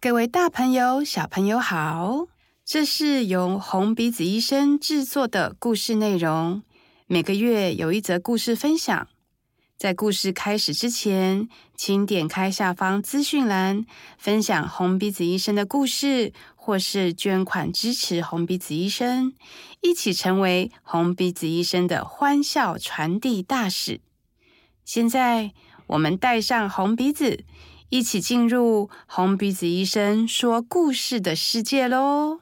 各位大朋友、小朋友好，这是由红鼻子医生制作的故事内容，每个月有一则故事分享。在故事开始之前，请点开下方资讯栏，分享红鼻子医生的故事，或是捐款支持红鼻子医生，一起成为红鼻子医生的欢笑传递大使。现在，我们戴上红鼻子，一起进入红鼻子医生说故事的世界咯。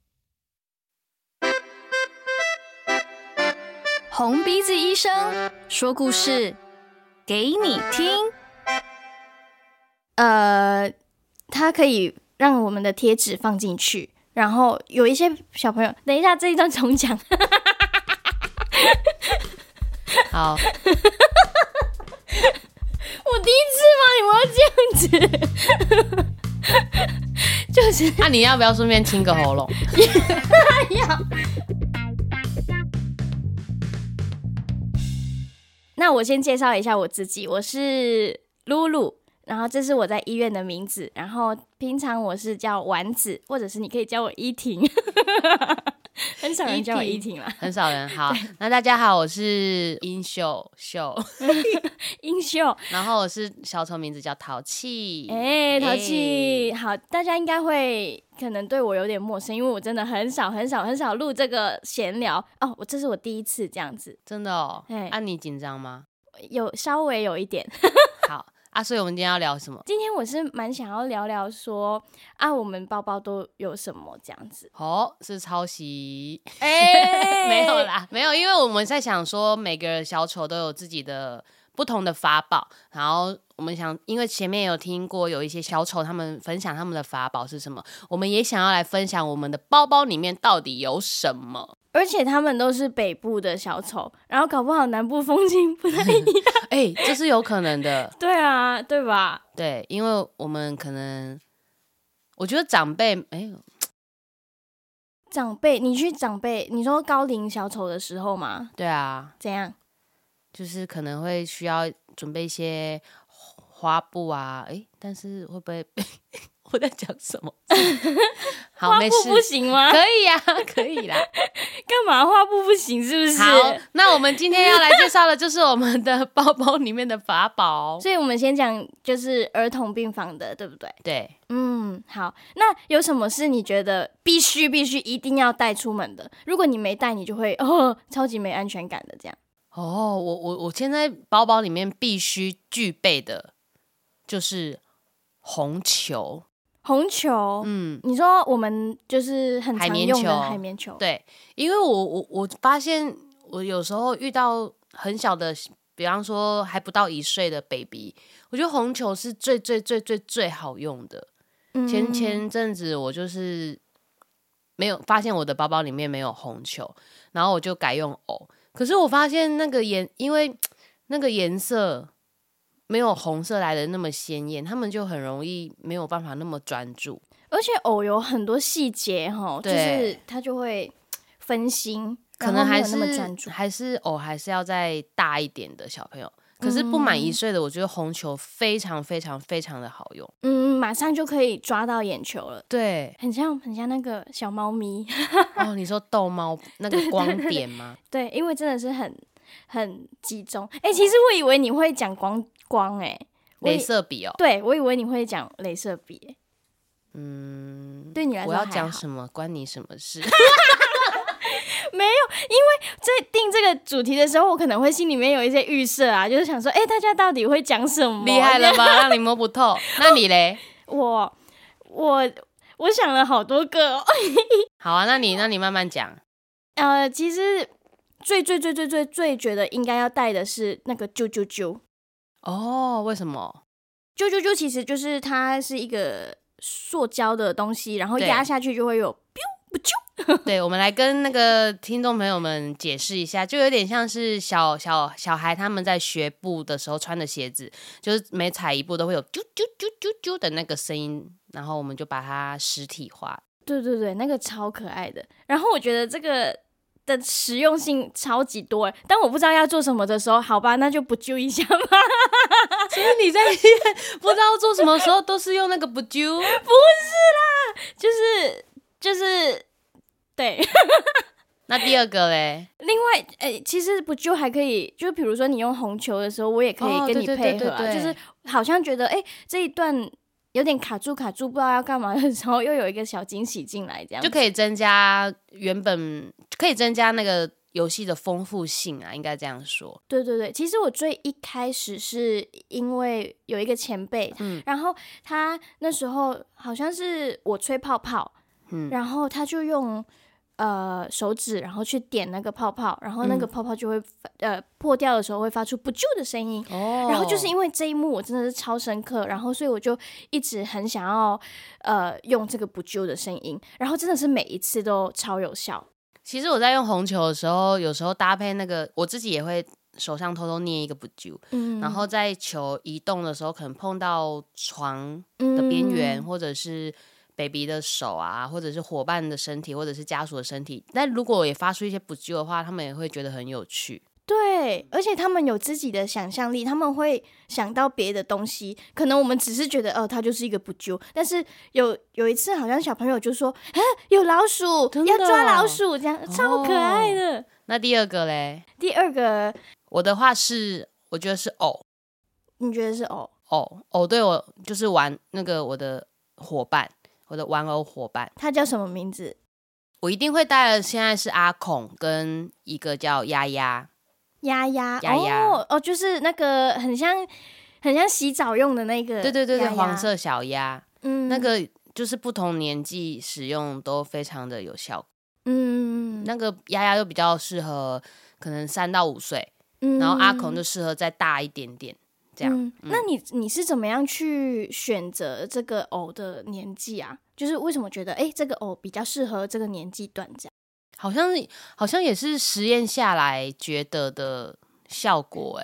红鼻子医生说故事给你听。它可以让我们的贴纸放进去，然后有一些小朋友，等一下这一段重讲。 好。 我第一次吗？你们要这样子？就是那你要不要顺便清个喉咙？ 要。那我先介绍一下我自己，我是露露，然后这是我在医院的名字，然后平常我是叫丸子，或者是你可以叫我依婷。很少人叫我依婷啦， 很少人。好，那大家好，我是英秀， 英秀， 然后我是小丑，名字叫淘气。 淘气，好，大家应该会可能对我有点陌生，因为我真的很少录这个闲聊哦，这是我第一次这样子， 真的哦。你紧张吗？ 稍微有一点。 好。所以我们今天要聊什么？ 今天我是蛮想要聊聊说我们包包都有什么这样子。 是抄袭？没有啦，没有，因为我们在想说每个小丑都有自己的不同的法宝，然后我们想，因为前面有听过有一些小丑他们分享他们的法宝是什么，我们也想要来分享我们的包包里面到底有什么。 而且他们都是北部的小丑，然后搞不好南部风情不太一样。 这是有可能的。 对啊，对吧？ 对，因为我们可能，我觉得长辈， 你说高龄小丑的时候吗？ 对啊。 怎样？ 就是可能会需要准备一些花布啊，但是会不会我在讲什么？好， 花布不行吗？ 可以啊，可以啦。 干嘛花布不行？是不是？ 好，那我们今天要来介绍的就是我们的包包里面的法宝。 所以我们先讲就是儿童病房的，对不对？ 对。 好。那有什么是你觉得必须一定要带出门的？如果你没带，你就会超级没安全感的这样。 我现在包包里面必须具备的就是红球。 红球，你说我们就是很常用的海绵球。 对，因为我发现我有时候遇到很小的，比方说还不到1岁的 baby， 我觉得红球是最好用的。前阵子我就是没有发现我的包包里面没有红球，然后我就改用藕，可是我发现因为那个颜色没有红色来的那么鲜艳，他们就很容易没有办法那么专注。 而且藕有很多细节就是它就会分心， 可能还是那么专注。 藕还是要再大一点的小朋友。可是不满1岁的，我觉得红球非常非常非常的好用。 马上就可以抓到眼球了。 对， 很像那个小猫咪。 你说逗猫那个光点吗？ 对，因为真的是很集中。其实我以为你会讲光雷射笔哦。 对，我以为你会讲雷射笔。对你来说我要讲什么关你什么事？ 没有，因为在定这个主题的时候，我可能会心里面有一些预设啊，就是想说，大家到底会讲什么？ 厉害了吧，让你摸不透。那你嘞？ 我想了好多个。 好啊，那你慢慢讲。 其实最觉得应该要带的是那个啾啾啾。 为什么？ 啾啾啾其实就是它是一个塑胶的东西，然后压下去就会有 biu 不啾。 对，我们来跟那个听众朋友们解释一下，就有点像是小孩他们在学步的时候穿的鞋子，就是每踩一步都会有啾啾啾啾啾的那个声音，然后我们就把它实体化。 对对对，那个超可爱的。然后我觉得这个的实用性超级多，但我不知道要做什么的时候，好吧，那就不揪一下吧。 其实你在医院不知道做什么时候都是用那个不揪？ 不是， 就是对。 那第二个嘞？ 另外，其实不就还可以，就比如说你用红球的时候，我也可以跟你配合啊。 对， 就是好像觉得这一段有点卡住，不知道要干嘛的时候，又有一个小惊喜进来，这样就可以增加可以增加那个游戏的丰富性啊，应该这样说。 对对对，其实我最一开始是因为有一个前辈，然后他那时候好像是我吹泡泡，然后他就用手指，然后去点那个泡泡，然后那个泡泡就会破掉的时候会发出不啾的声音。然后就是因为这一幕我真的是超深刻，然后所以我就一直很想要用这个不啾的声音，然后真的是每一次都超有效。 其实我在用红球的时候，有时候搭配那个，我自己也会手上偷偷捏一个不啾，然后在球移动的时候，可能碰到床的边缘，或者是baby 的手啊，或者是伙伴的身体，或者是家属的身体。但如果也发出一些不啾的话，他们也会觉得很有趣。 对，而且他们有自己的想象力，他们会想到别的东西。可能我们只是觉得，它就是一个不啾。但是有一次，好像小朋友就说，有老鼠，要抓老鼠，这样超可爱的。 那第二个嘞？ 第二个， 我的话是，我觉得是偶。 你觉得是偶？ 偶对我就是玩那个我的伙伴，我的玩偶伙伴。 他叫什么名字？ 我一定会带的。现在是阿孔跟一个叫丫丫。 丫丫就是那个很像洗澡用的那个， 对，黄色小鸭，那个就是不同年纪使用都非常的有效果。那个丫丫又比较适合可能3到5岁，然后阿孔就适合再大一点点这样。 那你是怎么样去选择这个偶的年纪啊？就是为什么觉得这个偶比较适合这个年纪段这样？ 好像也是实验下来觉得的效果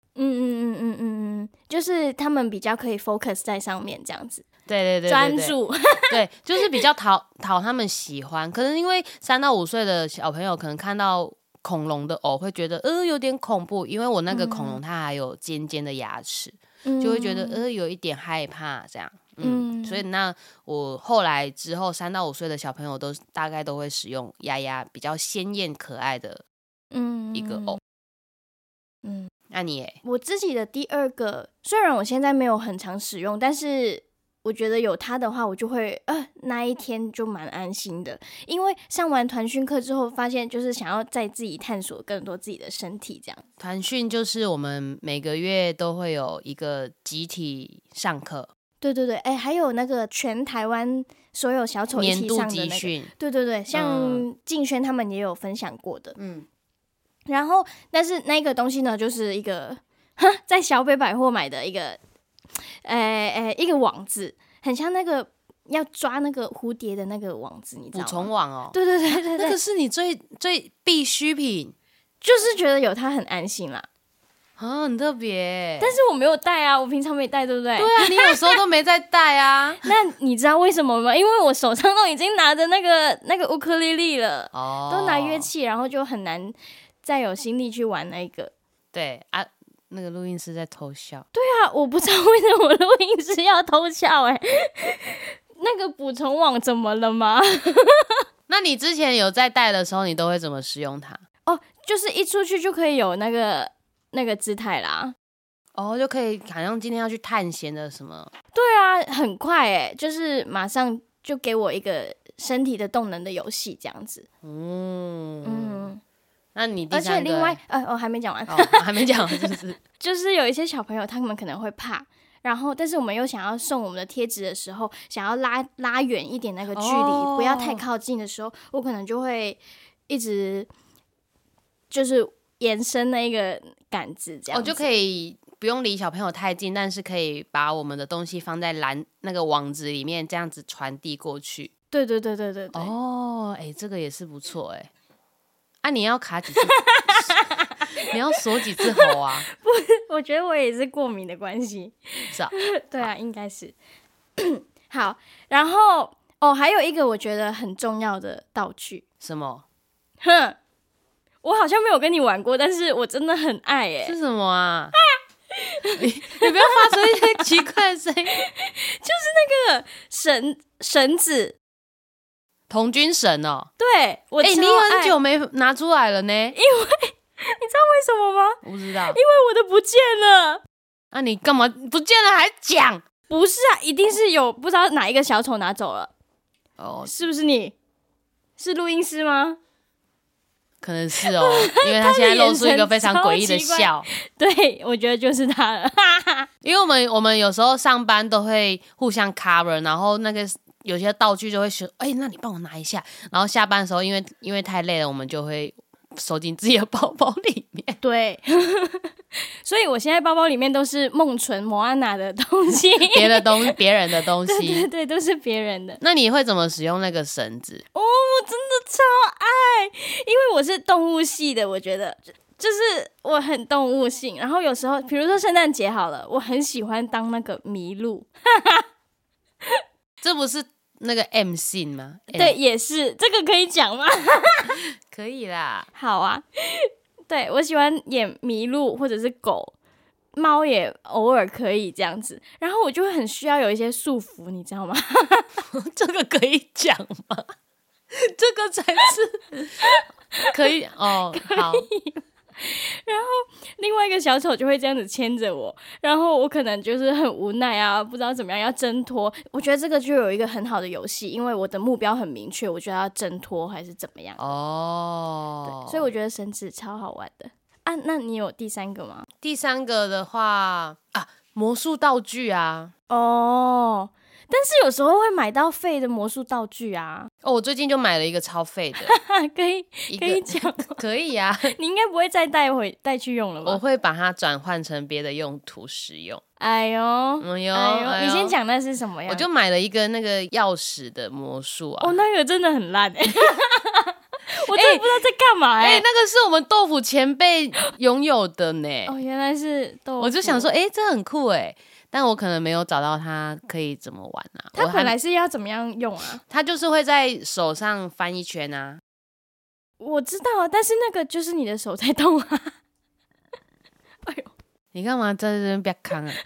就是他们比较可以 focus 在上面这样子， 对， 专注， 对，就是比较讨他们喜欢。可能因为3到5岁的小朋友可能看到恐龙的偶会觉得有点恐怖，因为我那个恐龙它还有尖尖的牙齿，就会觉得有一点害怕这样。所以那我后来之后3到5岁的小朋友大概都会使用丫丫比较鲜艳可爱的一个偶。那你耶？ 我自己的第二个，虽然我现在没有很常使用，但是我觉得有它的话，我就会那一天就蛮安心的。因为上完团训课之后，发现就是想要再自己探索更多自己的身体这样。 团训就是我们每个月都会有一个集体上课。 对，还有那个全台湾所有小丑一起上的那个年度集训， 对，像静轩他们也有分享过的。然后但是那个东西呢，就是一个在小北百货买的一个一个网子，很像那个要抓那个蝴蝶的那个网子，你知道吗？ 捕虫网哦。 对， 那个是你最必需品， 就是觉得有它很安心啦。 很特别。 但是我没有带啊，我平常没带，对不对？ 对啊，你有时候都没在带啊。 那你知道为什么吗？因为我手上都已经拿着那个乌克丽丽了，都拿乐器，然后就很难再有心力去玩那个。 对啊，那个录音师在偷笑。 对啊，我不知道为什么录音师要偷笑那个捕虫网怎么了吗？ 那你之前有在带的时候，你都会怎么使用它？ 就是一出去就可以有那个姿态啦。 就可以好像今天要去探险的什么。 对啊，很快就是马上就给我一个身体的动能的游戏这样子。 那你第三个？ 而且另外我还没讲完。 还没讲完， 就是有一些小朋友他们可能会怕，然后但是我们又想要送我们的贴纸的时候，想要拉远一点那个距离，不要太靠近的时候，我可能就会一直就是延伸那个杆子这样子。 就可以不用离小朋友太近，但是可以把我们的东西放在那个网子里面，这样子传递过去。 对。 这个也是不错你要卡几次？你要锁几次喉啊？ 不，我觉得我也是过敏的关系。 是啊。 对啊，应该是。好，然后还有一个我觉得很重要的道具。 什么？ 我好像没有跟你玩过，但是我真的很爱是什么啊？你不要发出一些奇怪的声音。 就是那个绳子。 童军绳哦， 对，我超爱。 你很久没拿出来了呢， 你知道为什么吗？ 我不知道， 因为我的不见了。 那你干嘛不见了还讲？ 不是啊，一定是有不知道哪一个小丑拿走了。哦，是不是你？是录音师吗？ 可能是哦，因为他现在露出一个非常诡异的笑。 对，我觉得就是他了。 因为我们有时候上班都会互相 cover， 然后那个有些道具就会说，那你帮我拿一下。然后下班的时候，因为太累了，我们就会收进自己的包包里面。 对，所以我现在包包里面都是梦纯、摩安娜的东西， 别人的东西， 对，都是别人的。 那你会怎么使用那个绳子？ 我真的超爱，因为我是动物系的，我觉得就是我很动物性。然后有时候，比如说圣诞节好了，我很喜欢当那个麋鹿。 这不是那个 M 姓吗？ 对，也是。这个可以讲吗？ 可以啦。 好啊。对，我喜欢演麋鹿或者是狗，猫也偶尔可以这样子。然后我就会很需要有一些束缚，你知道吗？ 这个可以讲吗？这个才是可以哦。好。 然后另外一个小丑就会这样子牵着我，然后我可能就是很无奈啊，不知道怎么样要挣脱。我觉得这个就有一个很好的游戏，因为我的目标很明确，我觉得要挣脱还是怎么样。哦，对，所以我觉得绳子超好玩的啊。那你有第三个吗？ 第三个的话啊，魔术道具啊。 哦。但是有时候会买到废的魔术道具啊。 我最近就买了一个超废的。 可以讲吗？ 可以啊。 你应该不会再带去用了吧？ 我会把它转换成别的用途使用。 哎呦，你先讲那是什么样？ 我就买了一个那个钥匙的魔术啊。 那个真的很烂我真的不知道在干嘛那个是我们豆腐前辈拥有的呢。 原来是豆腐。 我就想说这很酷但我可能没有找到它可以怎么玩啊。 它本来是要怎么样用啊？ 它就是会在手上翻一圈啊。 我知道啊，但是那个就是你的手在动啊。哎呦， 你干嘛在这边别扛啊？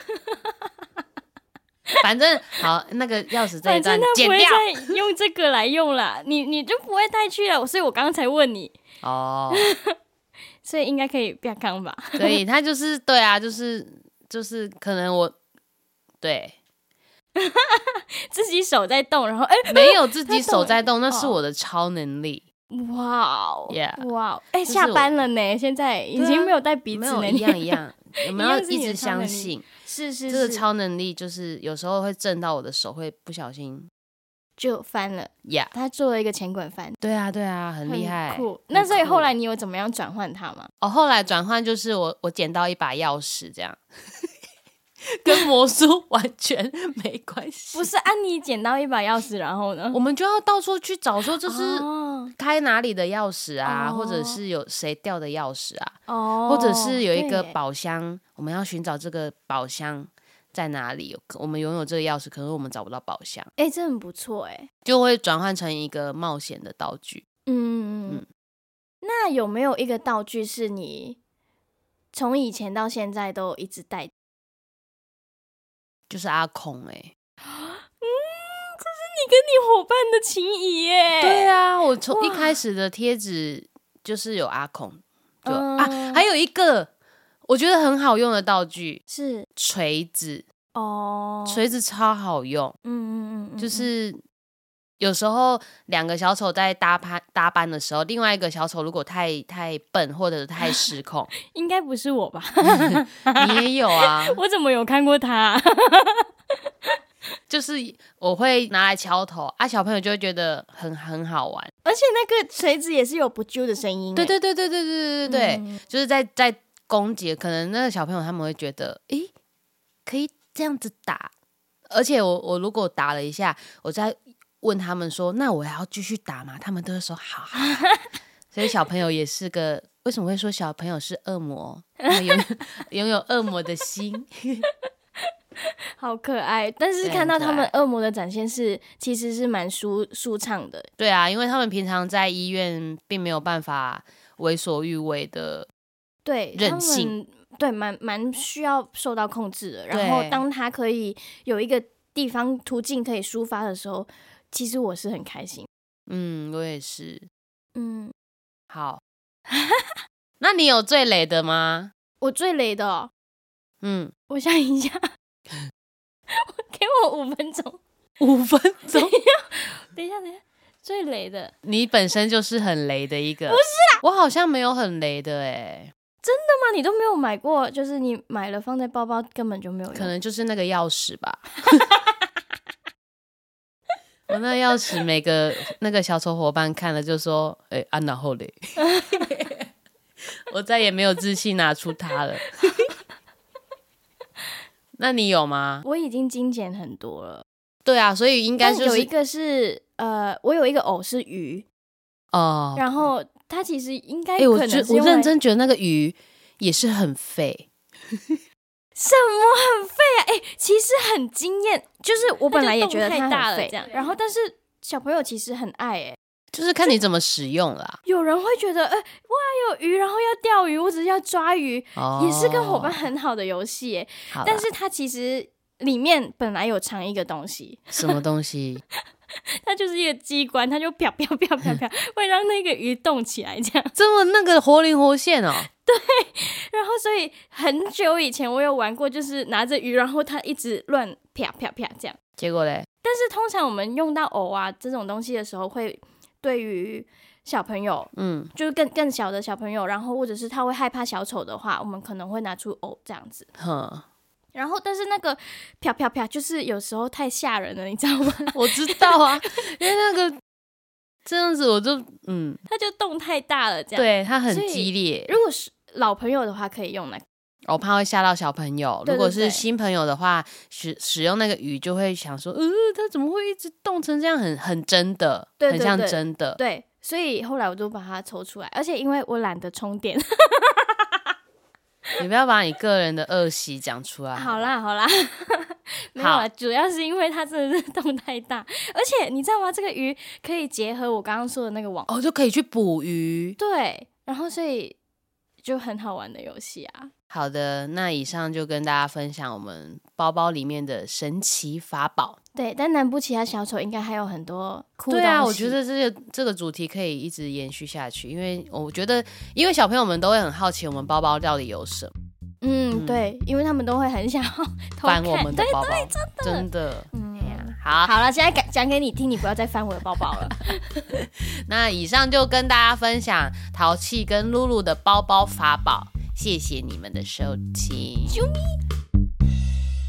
反正好，那个钥匙这一段剪掉， 反正他不会再用这个来用啦。你就不会带去了，所以我刚刚才问你。哦，所以应该可以别扛吧？ 可以，它就是对啊，就是可能我对自己手在动，然后没有自己手在动，那是我的超能力。 哇哦 ，Yeah， 哇，下班了呢，现在已经没有带鼻子了， 一样。我们要一直相信， 是这个超能力就是有时候会震到我的手，会不小心就翻了。 Yeah， 他做了一个前滚翻。 对啊，很厉害， 酷。那所以后来你有怎么样转换它吗？ 后来转换就是我捡到一把钥匙这样。跟魔术完全没关系。 不是你捡到一把钥匙，然后呢？ 我们就要到处去找，说这是开哪里的钥匙啊，或者是有谁掉的钥匙啊，或者是有一个宝箱，我们要寻找这个宝箱在哪里。我们拥有这个钥匙，可是我们找不到宝箱。 这很不错就会转换成一个冒险的道具。 那有没有一个道具是你从以前到现在都一直带？ 就是阿孔这是你跟你伙伴的情谊对啊，我从一开始的贴纸就是有阿孔，还有一个我觉得很好用的道具是锤子。锤子超好用。就是有时候两个小丑在搭班的时候，另外一个小丑如果太笨或者太失控， 应该不是我吧？ 你也有啊？ 我怎么有看过他？ 就是我会拿来敲头小朋友就会觉得很好玩， 而且那个锤子也是有不揪的声音。 对，就是在攻击，可能那个小朋友他们会觉得，可以这样子打，而且我如果打了一下，我再问他们说，那我还要继续打吗？他们都会说好。所以小朋友也是个，为什么会说小朋友是恶魔？拥有恶魔的心。 好可爱。但是看到他们恶魔的展现其实是蛮舒畅的。 对啊，因为他们平常在医院并没有办法为所欲为的任性。 对，蛮需要受到控制的。然后当他可以有一个地方途径可以抒发的时候，其实我是很开心。 我也是。好。那你有最雷的吗？ 我最雷的哦，我想一下，给我5分钟。 5分钟？ 等一下，最雷的， 你本身就是很雷的一个。 不是啊， 我好像没有很雷的欸。 真的吗？你都没有买过，就是你买了放在包包根本就没有用。 可能就是那个钥匙吧。我那钥匙每个那个小丑伙伴看了就说然后嘞。我再也没有自信拿出它了。那你有吗？ 我已经精简很多了。 对啊，所以应该就是有一个是我有一个偶是鱼哦， 然后它其实应该可能是我认真觉得那个鱼也是很废。 什么很废啊？其实很惊艳，就是我本来也觉得它很废，然后但是小朋友其实很爱就是看你怎么使用啦。 有人会觉得哇有鱼，然后要钓鱼，我只是要抓鱼，也是跟伙伴很好的游戏但是它其实里面本来有藏一个东西。 什么东西？ 它就是一个机关，它就飘飘飘飘飘，会让那个鱼动起来，这样这么那个活灵活现哦。 对，然后所以很久以前我有玩过，就是拿着鱼，然后它一直乱啪啪啪这样。 结果嘞？ 但是通常我们用到偶啊这种东西的时候，会对于小朋友，就是更小的小朋友，然后或者是他会害怕小丑的话，我们可能会拿出偶这样子。然后但是那个啪啪啪就是有时候太吓人了，你知道吗？ 我知道啊，因为那个这样子我就它就动太大了，这样对它很激烈。 如果是老朋友的话，可以用那个。 我怕会吓到小朋友。 对对对， 如果是新朋友的话，使用那个鱼就会想说，它怎么会一直动成这样，很真的， 对对对， 很像真的。 对，所以后来我就把它抽出来，而且因为我懒得充电。 你不要把你个人的恶习讲出来。 好啦，没有啦，主要是因为它真的是动太大，而且你知道吗？这个鱼可以结合我刚刚说的那个网就可以去捕鱼。 对，然后所以就很好玩的游戏啊。 好的，那以上就跟大家分享我们包包里面的神奇法宝。 对，但南部其他小丑应该还有很多酷东西。 对啊，我觉得这个主题可以一直延续下去，因为我觉得，因为小朋友们都会很好奇我们包包到底有什么。 对，因为他们都会很想要翻我们的包包， 对， 真的。 好了，现在讲给你听，你不要再翻我的包包了。 那以上就跟大家分享淘气跟露露的包包法宝，谢谢你们的收听。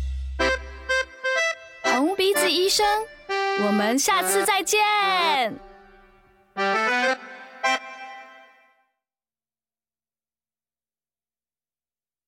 红鼻子医生，我们下次再见。